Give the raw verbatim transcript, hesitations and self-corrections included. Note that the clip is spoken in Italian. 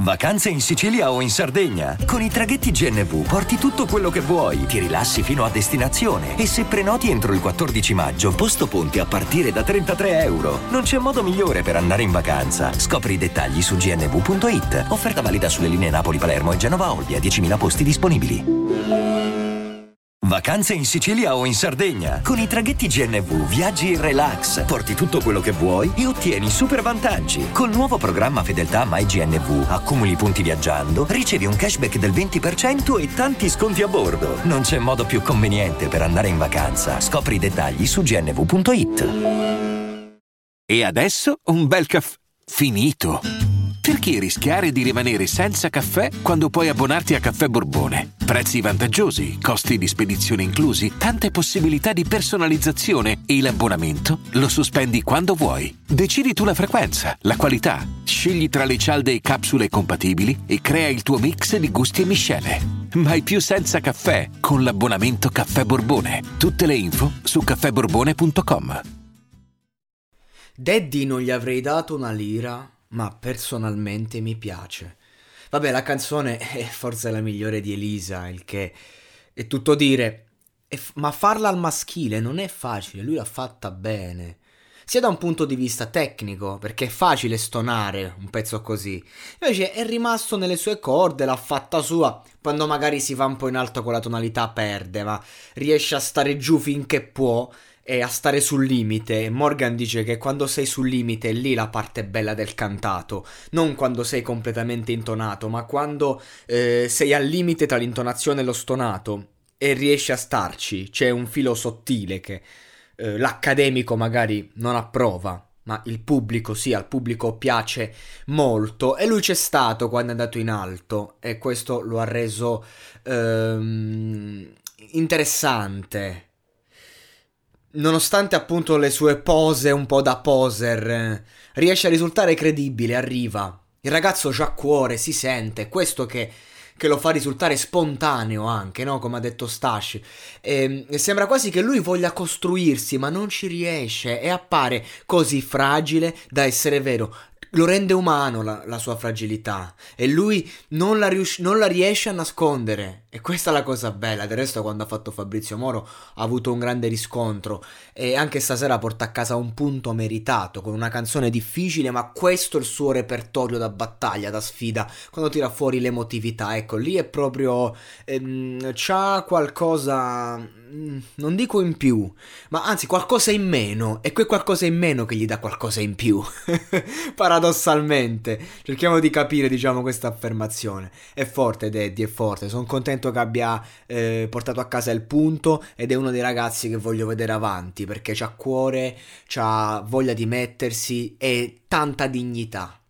Vacanze in Sicilia o in Sardegna? Con i traghetti G N V porti tutto quello che vuoi, ti rilassi fino a destinazione e se prenoti entro il quattordici maggio, posto ponti a partire da trentatré euro. Non c'è modo migliore per andare in vacanza. Scopri i dettagli su g n v punto i t. Offerta valida sulle linee Napoli-Palermo e Genova-Olbia, diecimila posti disponibili. Vacanze in Sicilia o in Sardegna? Con i traghetti G N V viaggi in relax, porti tutto quello che vuoi e ottieni super vantaggi. Col nuovo programma Fedeltà MyGNV accumuli punti viaggiando, ricevi un cashback del venti per cento e tanti sconti a bordo. Non c'è modo più conveniente per andare in vacanza. Scopri i dettagli su g n v punto i t. E adesso un bel caffè finito. Perché rischiare di rimanere senza caffè quando puoi abbonarti a Caffè Borbone? Prezzi vantaggiosi, costi di spedizione inclusi, tante possibilità di personalizzazione e l'abbonamento lo sospendi quando vuoi. Decidi tu la frequenza, la qualità, scegli tra le cialde e capsule compatibili e crea il tuo mix di gusti e miscele. Mai più senza caffè con l'abbonamento Caffè Borbone. Tutte le info su caffè borbone punto com. Daddy non gli avrei dato una lira, ma personalmente mi piace. Vabbè, la canzone è forse la migliore di Elisa, il che è tutto dire, è f- ma farla al maschile non è facile, lui l'ha fatta bene. Sia da un punto di vista tecnico, perché è facile stonare un pezzo così. Invece è rimasto nelle sue corde, l'ha fatta sua. Quando magari si va un po' in alto con la tonalità perde, ma riesce a stare giù finché può e a stare sul limite. Morgan dice che quando sei sul limite è lì la parte bella del cantato, non quando sei completamente intonato, ma quando eh, sei al limite tra l'intonazione e lo stonato e riesci a starci. C'è un filo sottile che eh, l'accademico magari non approva, ma il pubblico sì, al pubblico piace molto, e lui c'è stato quando è andato in alto e questo lo ha reso ehm, interessante. Nonostante appunto le sue pose un po' da poser, eh, riesce a risultare credibile, arriva. Il ragazzo c'ha cuore, si sente, questo che, che lo fa risultare spontaneo anche, no? Come ha detto Stash. E, e sembra quasi che lui voglia costruirsi, ma non ci riesce e appare così fragile da essere vero. Lo rende umano la, la sua fragilità e lui non la, rius- non la riesce a nascondere, e questa è la cosa bella. Del resto quando ha fatto Fabrizio Moro ha avuto un grande riscontro e anche stasera porta a casa un punto meritato con una canzone difficile, ma questo è il suo repertorio da battaglia, da sfida, quando tira fuori l'emotività. Ecco, lì è proprio ehm, c'ha qualcosa, non dico in più, ma anzi qualcosa in meno, e quel qualcosa in meno che gli dà qualcosa in più. Paradossalmente cerchiamo di capire, diciamo, questa affermazione. È forte Daddy, è forte. Sono contento che abbia eh, portato a casa il punto ed è uno dei ragazzi che voglio vedere avanti, perché c'ha cuore, c'ha voglia di mettersi e tanta dignità.